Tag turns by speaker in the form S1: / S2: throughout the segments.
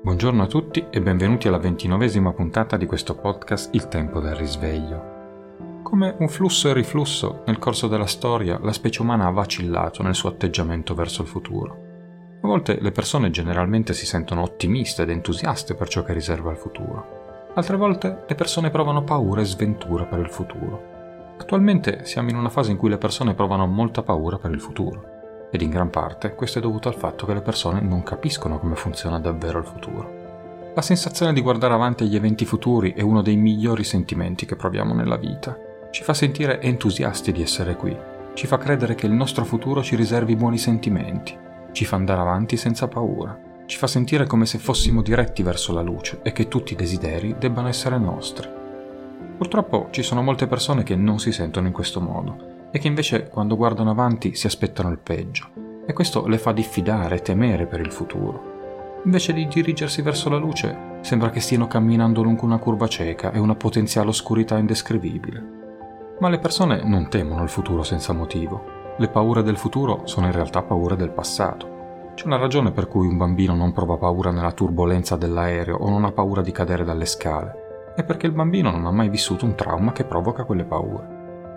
S1: Buongiorno a tutti e benvenuti alla 29esima puntata di questo podcast Il tempo del risveglio. Come un flusso e riflusso, nel corso della storia la specie umana ha vacillato nel suo atteggiamento verso il futuro. A volte le persone generalmente si sentono ottimiste ed entusiaste per ciò che riserva il futuro. Altre volte le persone provano paura e sventura per il futuro. Attualmente siamo in una fase in cui le persone provano molta paura per il futuro. Ed in gran parte questo è dovuto al fatto che le persone non capiscono come funziona davvero il futuro. La sensazione di guardare avanti agli eventi futuri è uno dei migliori sentimenti che proviamo nella vita. Ci fa sentire entusiasti di essere qui, ci fa credere che il nostro futuro ci riservi buoni sentimenti, ci fa andare avanti senza paura, ci fa sentire come se fossimo diretti verso la luce e che tutti i desideri debbano essere nostri. Purtroppo ci sono molte persone che non si sentono in questo modo e che invece quando guardano avanti si aspettano il peggio, e questo le fa diffidare e temere per il futuro. Invece di dirigersi verso la luce, sembra che stiano camminando lungo una curva cieca e una potenziale oscurità indescrivibile. Ma le persone non temono il futuro senza motivo. Le paure del futuro sono in realtà paure del passato. C'è una ragione per cui un bambino non prova paura nella turbolenza dell'aereo o non ha paura di cadere dalle scale. È perché il bambino non ha mai vissuto un trauma che provoca quelle paure.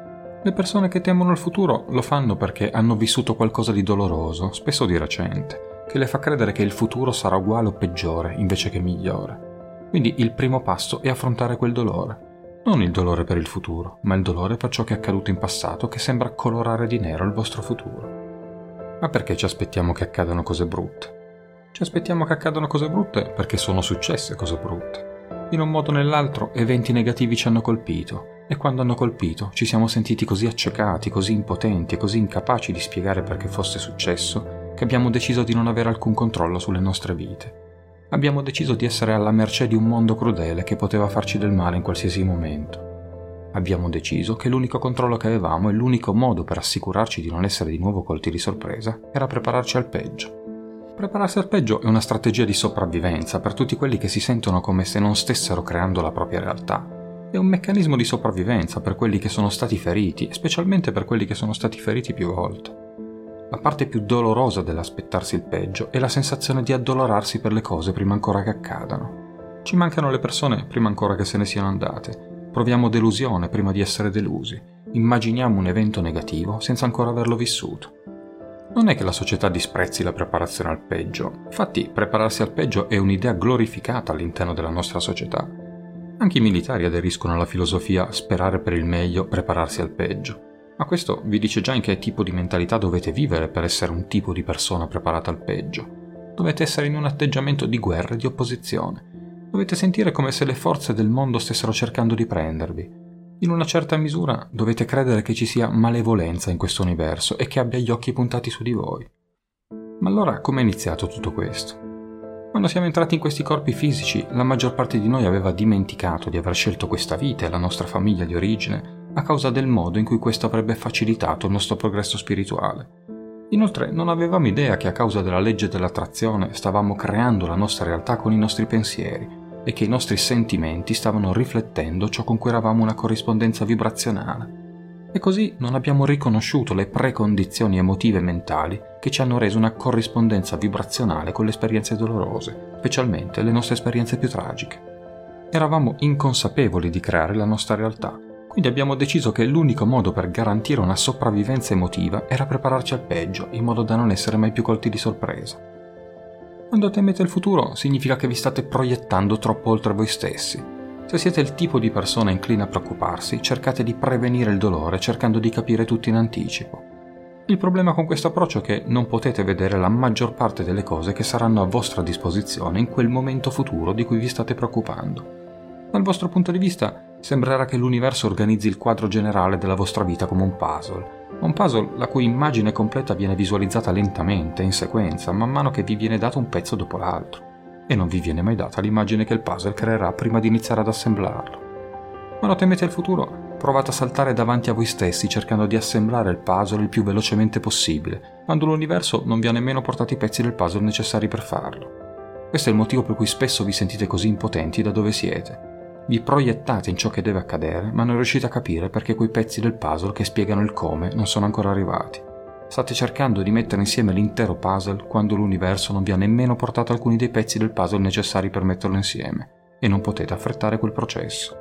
S1: Le persone che temono il futuro lo fanno perché hanno vissuto qualcosa di doloroso, spesso di recente, che le fa credere che il futuro sarà uguale o peggiore invece che migliore. Quindi il primo passo è affrontare quel dolore. Non il dolore per il futuro, ma il dolore per ciò che è accaduto in passato che sembra colorare di nero il vostro futuro. Ma perché ci aspettiamo che accadano cose brutte? Ci aspettiamo che accadano cose brutte perché sono successe cose brutte. In un modo o nell'altro eventi negativi ci hanno colpito. E quando hanno colpito ci siamo sentiti così accecati, così impotenti e così incapaci di spiegare perché fosse successo, che abbiamo deciso di non avere alcun controllo sulle nostre vite. Abbiamo deciso di essere alla mercé di un mondo crudele che poteva farci del male in qualsiasi momento. Abbiamo deciso che l'unico controllo che avevamo e l'unico modo per assicurarci di non essere di nuovo colti di sorpresa era prepararci al peggio. Prepararsi al peggio è una strategia di sopravvivenza per tutti quelli che si sentono come se non stessero creando la propria realtà. È un meccanismo di sopravvivenza per quelli che sono stati feriti, e specialmente per quelli che sono stati feriti più volte. La parte più dolorosa dell'aspettarsi il peggio è la sensazione di addolorarsi per le cose prima ancora che accadano. Ci mancano le persone prima ancora che se ne siano andate. Proviamo delusione prima di essere delusi. Immaginiamo un evento negativo senza ancora averlo vissuto. Non è che la società disprezzi la preparazione al peggio. Infatti, prepararsi al peggio è un'idea glorificata all'interno della nostra società. Anche i militari aderiscono alla filosofia sperare per il meglio, prepararsi al peggio. Ma questo vi dice già in che tipo di mentalità dovete vivere per essere un tipo di persona preparata al peggio. Dovete essere in un atteggiamento di guerra e di opposizione. Dovete sentire come se le forze del mondo stessero cercando di prendervi. In una certa misura dovete credere che ci sia malevolenza in questo universo e che abbia gli occhi puntati su di voi. Ma allora come è iniziato tutto questo? Quando siamo entrati in questi corpi fisici, la maggior parte di noi aveva dimenticato di aver scelto questa vita e la nostra famiglia di origine a causa del modo in cui questo avrebbe facilitato il nostro progresso spirituale. Inoltre non avevamo idea che a causa della legge dell'attrazione stavamo creando la nostra realtà con i nostri pensieri e che i nostri sentimenti stavano riflettendo ciò con cui eravamo una corrispondenza vibrazionale. E così non abbiamo riconosciuto le precondizioni emotive e mentali che ci hanno reso una corrispondenza vibrazionale con le esperienze dolorose, specialmente le nostre esperienze più tragiche. Eravamo inconsapevoli di creare la nostra realtà, quindi abbiamo deciso che l'unico modo per garantire una sopravvivenza emotiva era prepararci al peggio, in modo da non essere mai più colti di sorpresa. Quando temete il futuro significa che vi state proiettando troppo oltre voi stessi. Se siete il tipo di persona incline a preoccuparsi, cercate di prevenire il dolore cercando di capire tutto in anticipo. Il problema con questo approccio è che non potete vedere la maggior parte delle cose che saranno a vostra disposizione in quel momento futuro di cui vi state preoccupando. Dal vostro punto di vista, sembrerà che l'universo organizzi il quadro generale della vostra vita come un puzzle la cui immagine completa viene visualizzata lentamente, in sequenza, man mano che vi viene dato un pezzo dopo l'altro. E non vi viene mai data l'immagine che il puzzle creerà prima di iniziare ad assemblarlo. Quando temete il futuro, provate a saltare davanti a voi stessi cercando di assemblare il puzzle il più velocemente possibile, quando l'universo non vi ha nemmeno portato i pezzi del puzzle necessari per farlo. Questo è il motivo per cui spesso vi sentite così impotenti da dove siete. Vi proiettate in ciò che deve accadere, ma non riuscite a capire perché quei pezzi del puzzle che spiegano il come non sono ancora arrivati. State cercando di mettere insieme l'intero puzzle quando l'universo non vi ha nemmeno portato alcuni dei pezzi del puzzle necessari per metterlo insieme e non potete affrettare quel processo.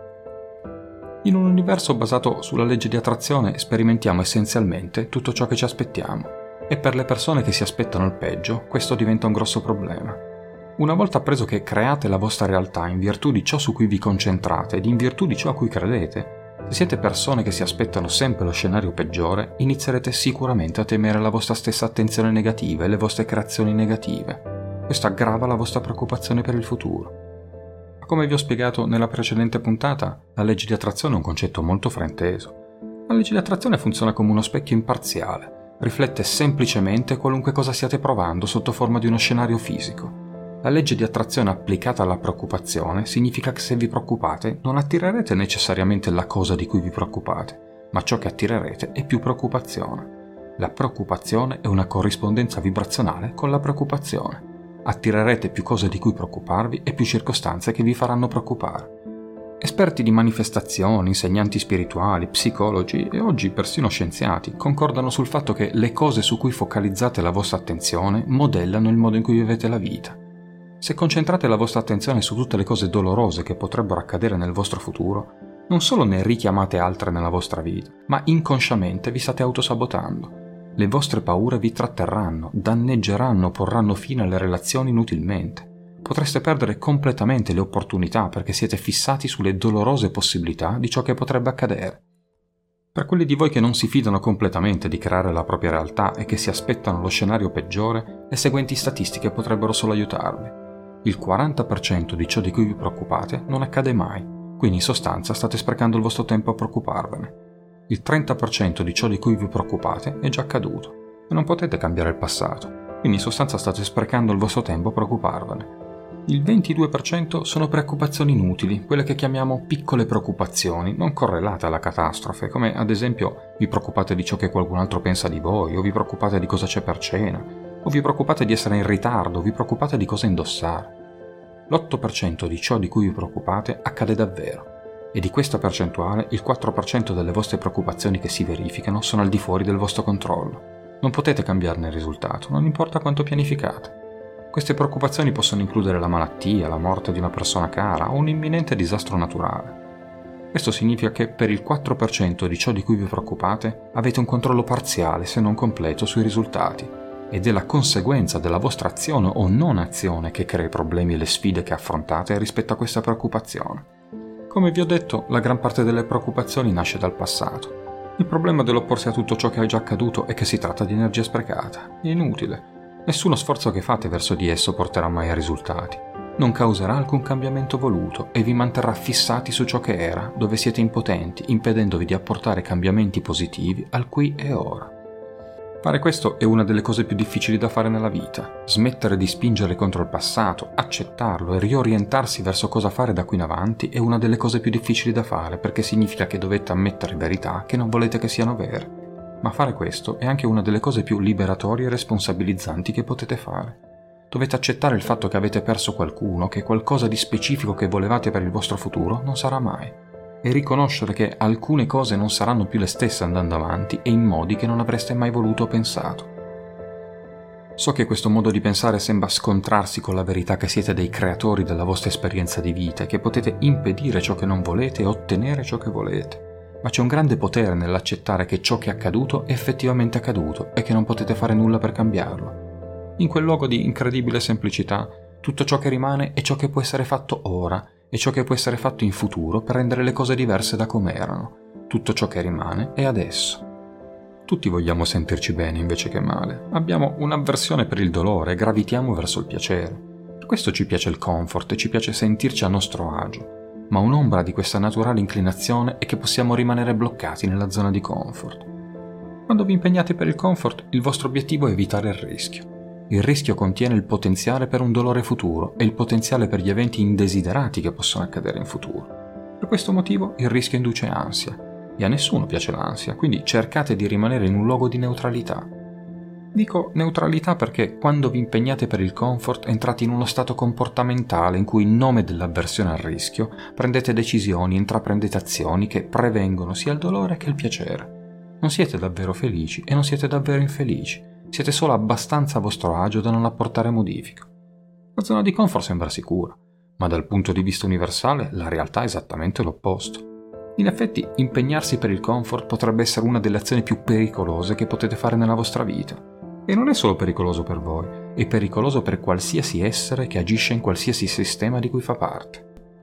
S1: In un universo basato sulla legge di attrazione sperimentiamo essenzialmente tutto ciò che ci aspettiamo e per le persone che si aspettano il peggio questo diventa un grosso problema. Una volta appreso che create la vostra realtà in virtù di ciò su cui vi concentrate ed in virtù di ciò a cui credete, se siete persone che si aspettano sempre lo scenario peggiore, inizierete sicuramente a temere la vostra stessa attenzione negativa e le vostre creazioni negative. Questo aggrava la vostra preoccupazione per il futuro. Ma come vi ho spiegato nella precedente puntata, la legge di attrazione è un concetto molto frainteso. La legge di attrazione funziona come uno specchio imparziale, riflette semplicemente qualunque cosa stiate provando sotto forma di uno scenario fisico. La legge di attrazione applicata alla preoccupazione significa che se vi preoccupate non attirerete necessariamente la cosa di cui vi preoccupate, ma ciò che attirerete è più preoccupazione. La preoccupazione è una corrispondenza vibrazionale con la preoccupazione. Attirerete più cose di cui preoccuparvi e più circostanze che vi faranno preoccupare. Esperti di manifestazioni, insegnanti spirituali, psicologi e oggi persino scienziati concordano sul fatto che le cose su cui focalizzate la vostra attenzione modellano il modo in cui vivete la vita. Se concentrate la vostra attenzione su tutte le cose dolorose che potrebbero accadere nel vostro futuro, non solo ne richiamate altre nella vostra vita, ma inconsciamente vi state autosabotando. Le vostre paure vi tratterranno, danneggeranno, porranno fine alle relazioni inutilmente. Potreste perdere completamente le opportunità perché siete fissati sulle dolorose possibilità di ciò che potrebbe accadere. Per quelli di voi che non si fidano completamente di creare la propria realtà e che si aspettano lo scenario peggiore, le seguenti statistiche potrebbero solo aiutarvi. Il 40% di ciò di cui vi preoccupate non accade mai, quindi in sostanza state sprecando il vostro tempo a preoccuparvene. Il 30% di ciò di cui vi preoccupate è già accaduto e non potete cambiare il passato, quindi in sostanza state sprecando il vostro tempo a preoccuparvene. Il 22% sono preoccupazioni inutili, quelle che chiamiamo piccole preoccupazioni, non correlate alla catastrofe, come ad esempio vi preoccupate di ciò che qualcun altro pensa di voi, o vi preoccupate di cosa c'è per cena, o vi preoccupate di essere in ritardo, o vi preoccupate di cosa indossare. L'8% di ciò di cui vi preoccupate accade davvero, e di questa percentuale il 4% delle vostre preoccupazioni che si verificano sono al di fuori del vostro controllo. Non potete cambiarne il risultato, non importa quanto pianificate. Queste preoccupazioni possono includere la malattia, la morte di una persona cara o un imminente disastro naturale. Questo significa che per il 4% di ciò di cui vi preoccupate avete un controllo parziale, se non completo, sui risultati, ed è la conseguenza della vostra azione o non azione che crea i problemi e le sfide che affrontate rispetto a questa preoccupazione. Come vi ho detto, la gran parte delle preoccupazioni nasce dal passato. Il problema dell'opporsi a tutto ciò che è già accaduto è che si tratta di energia sprecata, è inutile. Nessuno sforzo che fate verso di esso porterà mai a risultati. Non causerà alcun cambiamento voluto e vi manterrà fissati su ciò che era, dove siete impotenti, impedendovi di apportare cambiamenti positivi al qui e ora. Fare questo è una delle cose più difficili da fare nella vita. Smettere di spingere contro il passato, accettarlo e riorientarsi verso cosa fare da qui in avanti è una delle cose più difficili da fare perché significa che dovete ammettere verità che non volete che siano vere. Ma fare questo è anche una delle cose più liberatorie e responsabilizzanti che potete fare. Dovete accettare il fatto che avete perso qualcuno, che qualcosa di specifico che volevate per il vostro futuro non sarà mai, e riconoscere che alcune cose non saranno più le stesse andando avanti e in modi che non avreste mai voluto o pensato. So che questo modo di pensare sembra scontrarsi con la verità che siete dei creatori della vostra esperienza di vita e che potete impedire ciò che non volete e ottenere ciò che volete. Ma c'è un grande potere nell'accettare che ciò che è accaduto è effettivamente accaduto e che non potete fare nulla per cambiarlo. In quel luogo di incredibile semplicità, tutto ciò che rimane è ciò che può essere fatto ora e ciò che può essere fatto in futuro per rendere le cose diverse da come erano. Tutto ciò che rimane è adesso. Tutti vogliamo sentirci bene invece che male. Abbiamo un'avversione per il dolore e gravitiamo verso il piacere. Per questo ci piace il comfort e ci piace sentirci a nostro agio. Ma un'ombra di questa naturale inclinazione è che possiamo rimanere bloccati nella zona di comfort. Quando vi impegnate per il comfort, il vostro obiettivo è evitare il rischio. Il rischio contiene il potenziale per un dolore futuro e il potenziale per gli eventi indesiderati che possono accadere in futuro. Per questo motivo il rischio induce ansia, e a nessuno piace l'ansia, quindi cercate di rimanere in un luogo di neutralità. Dico neutralità perché quando vi impegnate per il comfort entrate in uno stato comportamentale in cui in nome dell'avversione al rischio prendete decisioni e intraprendete azioni che prevengono sia il dolore che il piacere. Non siete davvero felici e non siete davvero infelici. Siete solo abbastanza a vostro agio da non apportare modifica. La zona di comfort sembra sicura, ma dal punto di vista universale la realtà è esattamente l'opposto. In effetti, impegnarsi per il comfort potrebbe essere una delle azioni più pericolose che potete fare nella vostra vita. E non è solo pericoloso per voi, è pericoloso per qualsiasi essere che agisce in qualsiasi sistema di cui fa parte.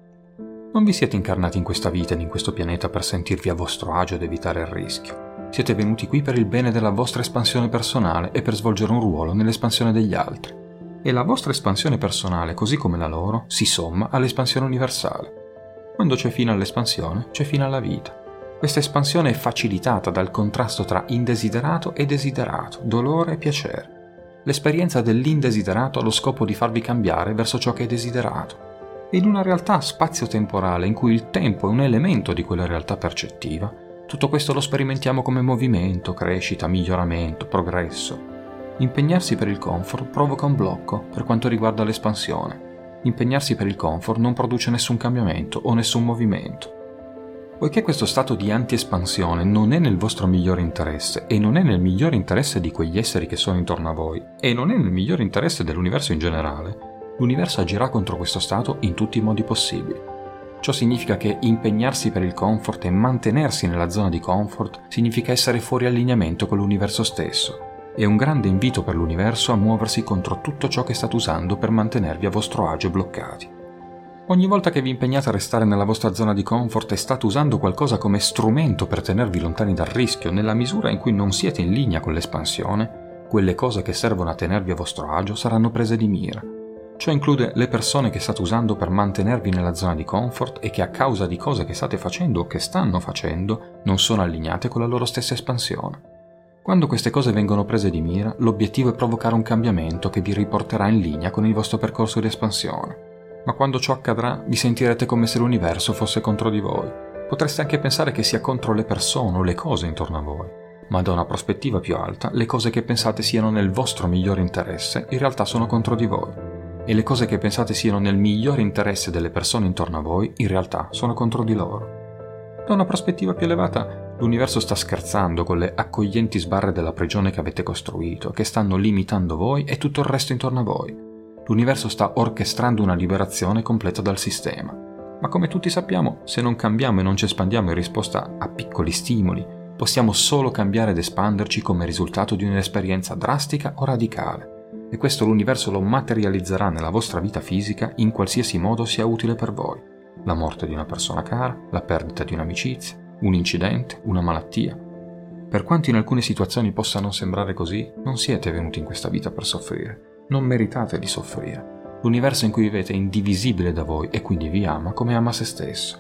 S1: Non vi siete incarnati in questa vita ed in questo pianeta per sentirvi a vostro agio ed evitare il rischio. Siete venuti qui per il bene della vostra espansione personale e per svolgere un ruolo nell'espansione degli altri. E la vostra espansione personale, così come la loro, si somma all'espansione universale. Quando c'è fine all'espansione, c'è fine alla vita. Questa espansione è facilitata dal contrasto tra indesiderato e desiderato, dolore e piacere. L'esperienza dell'indesiderato ha lo scopo di farvi cambiare verso ciò che è desiderato. E in una realtà spazio-temporale in cui il tempo è un elemento di quella realtà percettiva, tutto questo lo sperimentiamo come movimento, crescita, miglioramento, progresso. Impegnarsi per il comfort provoca un blocco per quanto riguarda l'espansione. Impegnarsi per il comfort non produce nessun cambiamento o nessun movimento. Poiché questo stato di anti-espansione non è nel vostro migliore interesse e non è nel migliore interesse di quegli esseri che sono intorno a voi e non è nel migliore interesse dell'universo in generale, l'universo agirà contro questo stato in tutti i modi possibili. Ciò significa che impegnarsi per il comfort e mantenersi nella zona di comfort significa essere fuori allineamento con l'universo stesso. È un grande invito per l'universo a muoversi contro tutto ciò che state usando per mantenervi a vostro agio bloccati. Ogni volta che vi impegnate a restare nella vostra zona di comfort e state usando qualcosa come strumento per tenervi lontani dal rischio, nella misura in cui non siete in linea con l'espansione, quelle cose che servono a tenervi a vostro agio saranno prese di mira. Ciò include le persone che state usando per mantenervi nella zona di comfort e che a causa di cose che state facendo o che stanno facendo non sono allineate con la loro stessa espansione. Quando queste cose vengono prese di mira, l'obiettivo è provocare un cambiamento che vi riporterà in linea con il vostro percorso di espansione. Ma quando ciò accadrà, vi sentirete come se l'universo fosse contro di voi. Potreste anche pensare che sia contro le persone o le cose intorno a voi. Ma da una prospettiva più alta, le cose che pensate siano nel vostro migliore interesse, in realtà sono contro di voi. E le cose che pensate siano nel migliore interesse delle persone intorno a voi, in realtà sono contro di loro. Da una prospettiva più elevata, l'universo sta scherzando con le accoglienti sbarre della prigione che avete costruito, che stanno limitando voi e tutto il resto intorno a voi. L'universo sta orchestrando una liberazione completa dal sistema. Ma come tutti sappiamo, se non cambiamo e non ci espandiamo in risposta a piccoli stimoli, possiamo solo cambiare ed espanderci come risultato di un'esperienza drastica o radicale. E questo l'universo lo materializzerà nella vostra vita fisica in qualsiasi modo sia utile per voi. La morte di una persona cara, la perdita di un'amicizia, un incidente, una malattia. Per quanto in alcune situazioni possa non sembrare così, non siete venuti in questa vita per soffrire. Non meritate di soffrire. L'universo in cui vivete è indivisibile da voi e quindi vi ama come ama se stesso.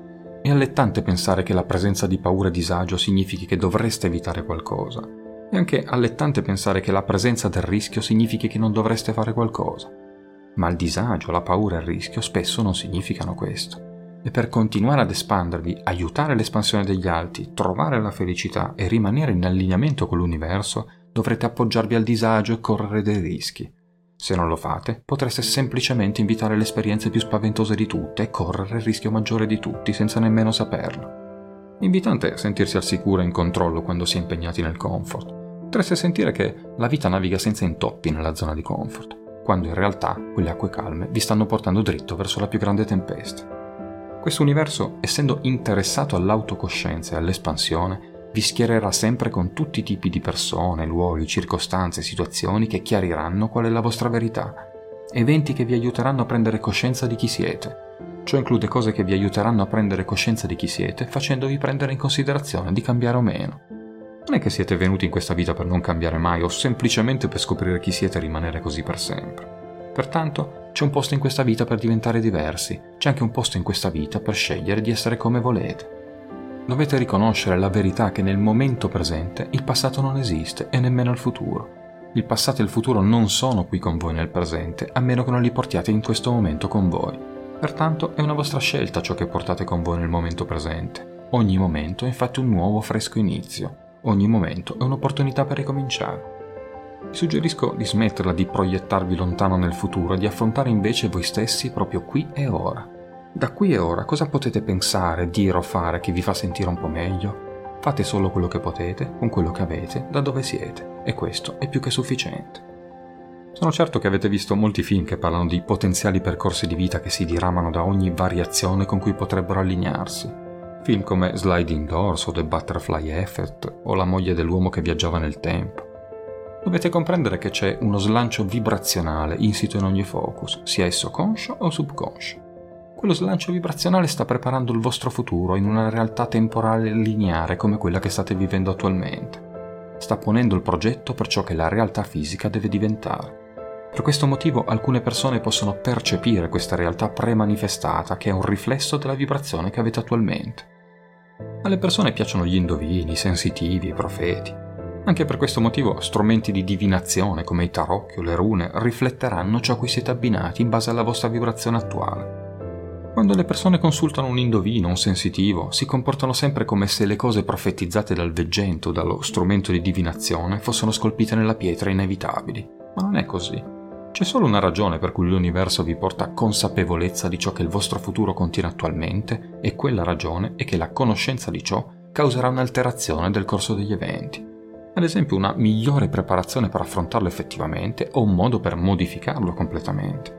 S1: È allettante pensare che la presenza di paura e disagio significhi che dovreste evitare qualcosa. È anche allettante pensare che la presenza del rischio significhi che non dovreste fare qualcosa. Ma il disagio, la paura e il rischio spesso non significano questo. E per continuare ad espandervi, aiutare l'espansione degli altri, trovare la felicità e rimanere in allineamento con l'universo, dovrete appoggiarvi al disagio e correre dei rischi. Se non lo fate, potreste semplicemente invitare le esperienze più spaventose di tutte e correre il rischio maggiore di tutti senza nemmeno saperlo. È invitante sentirsi al sicuro e in controllo quando si è impegnati nel comfort. Potreste sentire che la vita naviga senza intoppi nella zona di comfort, quando in realtà quelle acque calme vi stanno portando dritto verso la più grande tempesta. Questo universo, essendo interessato all'autocoscienza e all'espansione, vi schiererà sempre con tutti i tipi di persone, luoghi, circostanze e situazioni che chiariranno qual è la vostra verità. Eventi che vi aiuteranno a prendere coscienza di chi siete. Ciò include cose che vi aiuteranno a prendere coscienza di chi siete, facendovi prendere in considerazione di cambiare o meno. Non è che siete venuti in questa vita per non cambiare mai o semplicemente per scoprire chi siete e rimanere così per sempre. Pertanto, c'è un posto in questa vita per diventare diversi, c'è anche un posto in questa vita per scegliere di essere come volete. Dovete riconoscere la verità che nel momento presente il passato non esiste e nemmeno il futuro. Il passato e il futuro non sono qui con voi nel presente, a meno che non li portiate in questo momento con voi. Pertanto è una vostra scelta ciò che portate con voi nel momento presente. Ogni momento è infatti un nuovo fresco inizio. Ogni momento è un'opportunità per ricominciare. Vi suggerisco di smetterla di proiettarvi lontano nel futuro e di affrontare invece voi stessi proprio qui e ora. Da qui e ora cosa potete pensare, dire o fare che vi fa sentire un po' meglio? Fate solo quello che potete, con quello che avete, da dove siete, e questo è più che sufficiente. Sono certo che avete visto molti film che parlano di potenziali percorsi di vita che si diramano da ogni variazione con cui potrebbero allinearsi. Film come Sliding Doors o The Butterfly Effect o La moglie dell'uomo che viaggiava nel tempo. Dovete comprendere che c'è uno slancio vibrazionale insito in ogni focus, sia esso conscio o subconscio. Quello slancio vibrazionale sta preparando il vostro futuro in una realtà temporale lineare come quella che state vivendo attualmente. Sta ponendo il progetto per ciò che la realtà fisica deve diventare. Per questo motivo alcune persone possono percepire questa realtà premanifestata che è un riflesso della vibrazione che avete attualmente. Alle persone piacciono gli indovini, i sensitivi, i profeti. Anche per questo motivo strumenti di divinazione come i tarocchi o le rune rifletteranno ciò a cui siete abbinati in base alla vostra vibrazione attuale. Quando le persone consultano un indovino o un sensitivo, si comportano sempre come se le cose profetizzate dal veggente o dallo strumento di divinazione fossero scolpite nella pietra inevitabili. Ma non è così. C'è solo una ragione per cui l'universo vi porta consapevolezza di ciò che il vostro futuro contiene attualmente, e quella ragione è che la conoscenza di ciò causerà un'alterazione del corso degli eventi. Ad esempio una migliore preparazione per affrontarlo effettivamente o un modo per modificarlo completamente.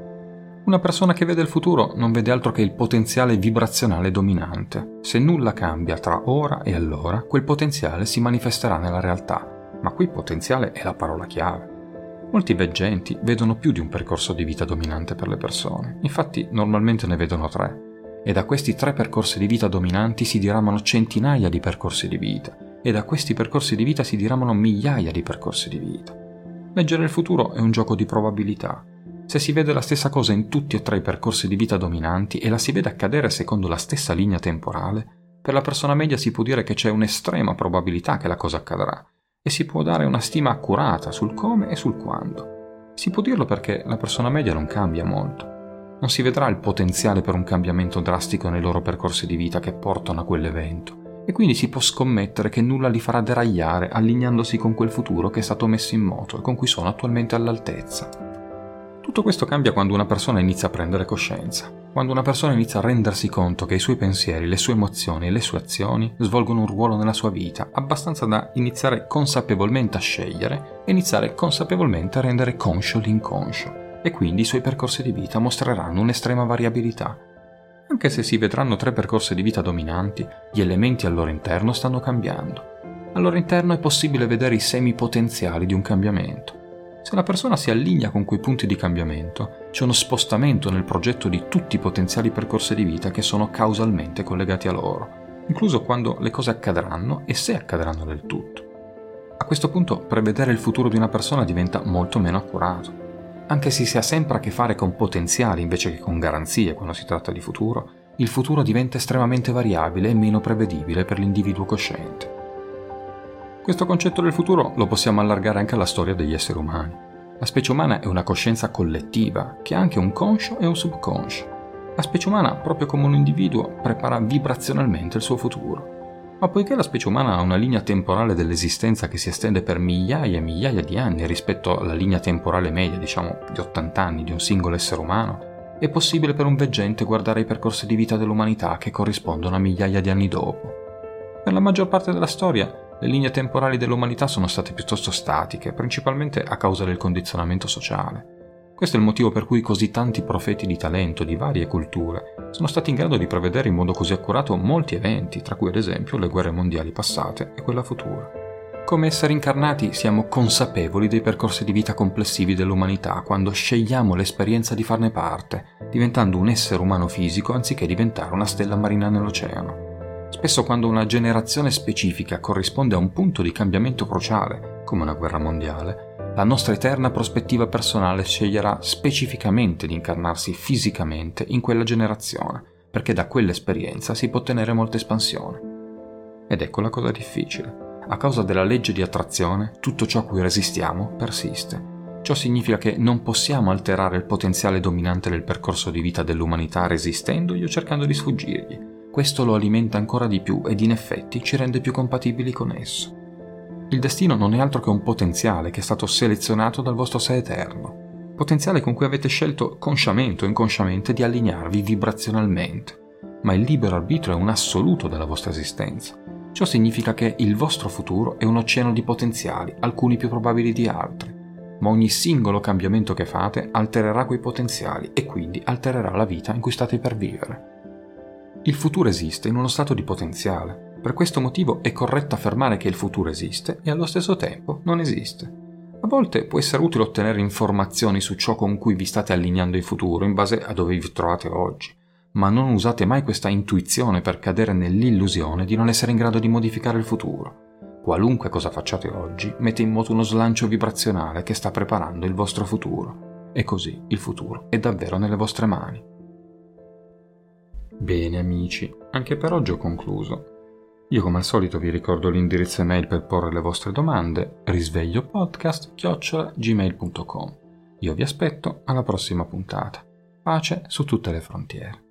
S1: Una persona che vede il futuro non vede altro che il potenziale vibrazionale dominante. Se nulla cambia tra ora e allora, quel potenziale si manifesterà nella realtà, ma qui potenziale è la parola chiave. Molti veggenti vedono più di un percorso di vita dominante per le persone, infatti normalmente ne vedono 3, e da questi 3 percorsi di vita dominanti si diramano centinaia di percorsi di vita, e da questi percorsi di vita si diramano migliaia di percorsi di vita. Leggere il futuro è un gioco di probabilità. Se si vede la stessa cosa in tutti e 3 i percorsi di vita dominanti e la si vede accadere secondo la stessa linea temporale, per la persona media si può dire che c'è un'estrema probabilità che la cosa accadrà, e si può dare una stima accurata sul come e sul quando. Si può dirlo perché la persona media non cambia molto. Non si vedrà il potenziale per un cambiamento drastico nei loro percorsi di vita che portano a quell'evento, e quindi si può scommettere che nulla li farà deragliare allineandosi con quel futuro che è stato messo in moto e con cui sono attualmente all'altezza. Tutto questo cambia quando una persona inizia a prendere coscienza, quando una persona inizia a rendersi conto che i suoi pensieri, le sue emozioni e le sue azioni svolgono un ruolo nella sua vita, abbastanza da iniziare consapevolmente a scegliere e iniziare consapevolmente a rendere conscio l'inconscio, e quindi i suoi percorsi di vita mostreranno un'estrema variabilità. Anche se si vedranno 3 percorsi di vita dominanti, gli elementi al loro interno stanno cambiando. Al loro interno è possibile vedere i semi potenziali di un cambiamento. Se la persona si allinea con quei punti di cambiamento, c'è uno spostamento nel progetto di tutti i potenziali percorsi di vita che sono causalmente collegati a loro, incluso quando le cose accadranno e se accadranno del tutto. A questo punto prevedere il futuro di una persona diventa molto meno accurato. Anche se si ha sempre a che fare con potenziali invece che con garanzie quando si tratta di futuro, il futuro diventa estremamente variabile e meno prevedibile per l'individuo cosciente. Questo concetto del futuro lo possiamo allargare anche alla storia degli esseri umani. La specie umana è una coscienza collettiva che ha anche un conscio e un subconscio. La specie umana, proprio come un individuo, prepara vibrazionalmente il suo futuro. Ma poiché la specie umana ha una linea temporale dell'esistenza che si estende per migliaia e migliaia di anni rispetto alla linea temporale media, diciamo di 80 anni di un singolo essere umano, è possibile per un veggente guardare i percorsi di vita dell'umanità che corrispondono a migliaia di anni dopo. Per la maggior parte della storia, le linee temporali dell'umanità sono state piuttosto statiche, principalmente a causa del condizionamento sociale. Questo è il motivo per cui così tanti profeti di talento di varie culture sono stati in grado di prevedere in modo così accurato molti eventi, tra cui ad esempio le guerre mondiali passate e quella futura. Come esseri incarnati siamo consapevoli dei percorsi di vita complessivi dell'umanità quando scegliamo l'esperienza di farne parte, diventando un essere umano fisico anziché diventare una stella marina nell'oceano. Spesso quando una generazione specifica corrisponde a un punto di cambiamento cruciale, come una guerra mondiale, la nostra eterna prospettiva personale sceglierà specificamente di incarnarsi fisicamente in quella generazione, perché da quell'esperienza si può ottenere molta espansione. Ed ecco la cosa difficile. A causa della legge di attrazione, tutto ciò a cui resistiamo persiste. Ciò significa che non possiamo alterare il potenziale dominante del percorso di vita dell'umanità resistendogli o cercando di sfuggirgli. Questo lo alimenta ancora di più ed in effetti ci rende più compatibili con esso. Il destino non è altro che un potenziale che è stato selezionato dal vostro sé eterno. Potenziale con cui avete scelto consciamente o inconsciamente di allinearvi vibrazionalmente. Ma il libero arbitrio è un assoluto della vostra esistenza. Ciò significa che il vostro futuro è un oceano di potenziali, alcuni più probabili di altri, ma ogni singolo cambiamento che fate altererà quei potenziali e quindi altererà la vita in cui state per vivere. Il futuro esiste in uno stato di potenziale. Per questo motivo è corretto affermare che il futuro esiste e allo stesso tempo non esiste. A volte può essere utile ottenere informazioni su ciò con cui vi state allineando in futuro in base a dove vi trovate oggi, ma non usate mai questa intuizione per cadere nell'illusione di non essere in grado di modificare il futuro. Qualunque cosa facciate oggi mette in moto uno slancio vibrazionale che sta preparando il vostro futuro. E così il futuro è davvero nelle vostre mani. Bene amici, anche per oggi ho concluso. Io come al solito vi ricordo l'indirizzo email per porre le vostre domande, risvegliopodcast@gmail.com. Io vi aspetto alla prossima puntata. Pace su tutte le frontiere.